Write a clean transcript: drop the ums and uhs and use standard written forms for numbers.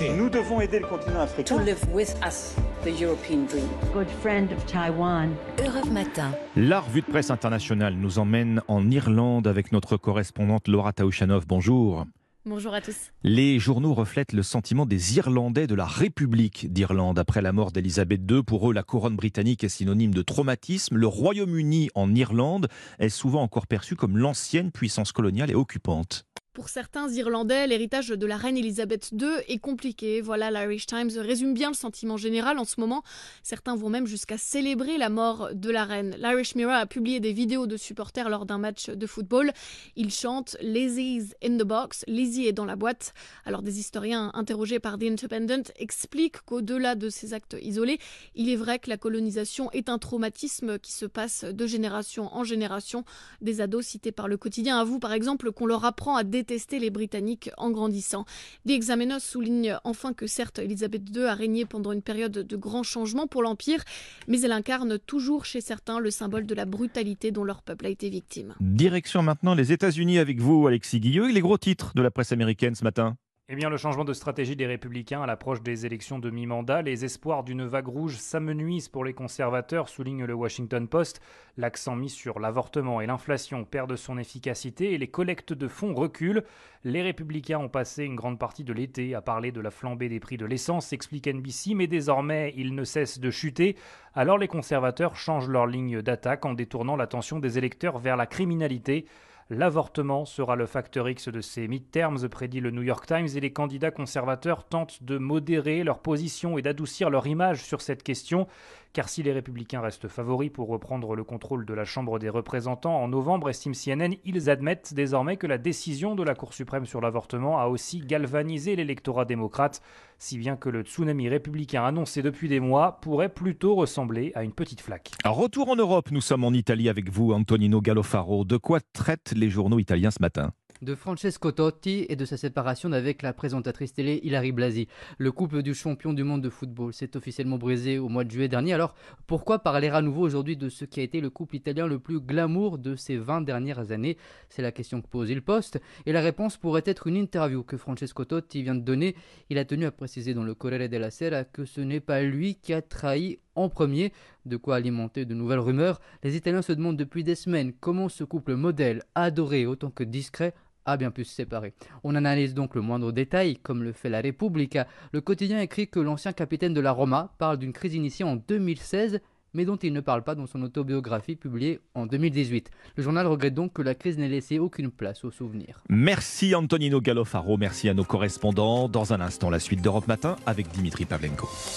marché. Nous devons aider le continent africain. To live with us, the European dream. Good friend of Taiwan. Europe Matin. La revue de presse internationale nous emmène en Irlande avec notre correspondante Laura Taouchanov. Bonjour. Bonjour à tous. Les journaux reflètent le sentiment des Irlandais de la République d'Irlande. Après la mort d'Élisabeth II, pour eux, la couronne britannique est synonyme de traumatisme. Le Royaume-Uni en Irlande est souvent encore perçu comme l'ancienne puissance coloniale et occupante. Pour certains Irlandais, l'héritage de la reine Elisabeth II est compliqué. Voilà, l'Irish Times résume bien le sentiment général en ce moment. Certains vont même jusqu'à célébrer la mort de la reine. L'Irish Mirror a publié des vidéos de supporters lors d'un match de football. Ils chantent « Lizzie's in the box »,« Lizzie est dans la boîte ». Alors des historiens interrogés par The Independent expliquent qu'au-delà de ces actes isolés, il est vrai que la colonisation est un traumatisme qui se passe de génération en génération. Des ados cités par le quotidien avouent par exemple qu'on leur apprend à détester les Britanniques en grandissant. The Examiner souligne enfin que certes, Elisabeth II a régné pendant une période de grands changements pour l'Empire, mais elle incarne toujours chez certains le symbole de la brutalité dont leur peuple a été victime. Direction maintenant les États-Unis avec vous, Alexis Guilleux, et les gros titres de la presse américaine ce matin. Eh bien, le changement de stratégie des Républicains à l'approche des élections de mi-mandat, les espoirs d'une vague rouge s'amenuisent pour les conservateurs, souligne le Washington Post. L'accent mis sur l'avortement et l'inflation perd de son efficacité et les collectes de fonds reculent. Les Républicains ont passé une grande partie de l'été à parler de la flambée des prix de l'essence, explique NBC, mais désormais, ils ne cessent de chuter. Alors les conservateurs changent leur ligne d'attaque en détournant l'attention des électeurs vers la criminalité. L'avortement sera le facteur X de ces midterms, prédit le New York Times, et les candidats conservateurs tentent de modérer leur position et d'adoucir leur image sur cette question. Car si les Républicains restent favoris pour reprendre le contrôle de la Chambre des représentants en novembre, estime CNN, ils admettent désormais que la décision de la Cour suprême sur l'avortement a aussi galvanisé l'électorat démocrate, si bien que le tsunami républicain annoncé depuis des mois pourrait plutôt ressembler à une petite flaque. Retour en Europe, nous sommes en Italie avec vous, Antonino Gallofaro. De quoi traitent les journaux italiens ce matin ? De Francesco Totti et de sa séparation avec la présentatrice télé Ilary Blasi. Le couple du champion du monde de football s'est officiellement brisé au mois de juillet dernier. Alors pourquoi parler à nouveau aujourd'hui de ce qui a été le couple italien le plus glamour de ces 20 dernières années ? C'est la question que pose Il Poste. Et la réponse pourrait être une interview que Francesco Totti vient de donner. Il a tenu à préciser dans le Corriere della Sera que ce n'est pas lui qui a trahi en premier, de quoi alimenter de nouvelles rumeurs. Les Italiens se demandent depuis des semaines comment ce couple modèle, adoré autant que discret, a bien pu se séparer. On analyse donc le moindre détail, comme le fait la Repubblica. Le quotidien écrit que l'ancien capitaine de la Roma parle d'une crise initiée en 2016, mais dont il ne parle pas dans son autobiographie publiée en 2018. Le journal regrette donc que la crise n'ait laissé aucune place aux souvenirs. Merci Antonino Gallofaro, merci à nos correspondants. Dans un instant, la suite d'Europe Matin avec Dimitri Pavlenko.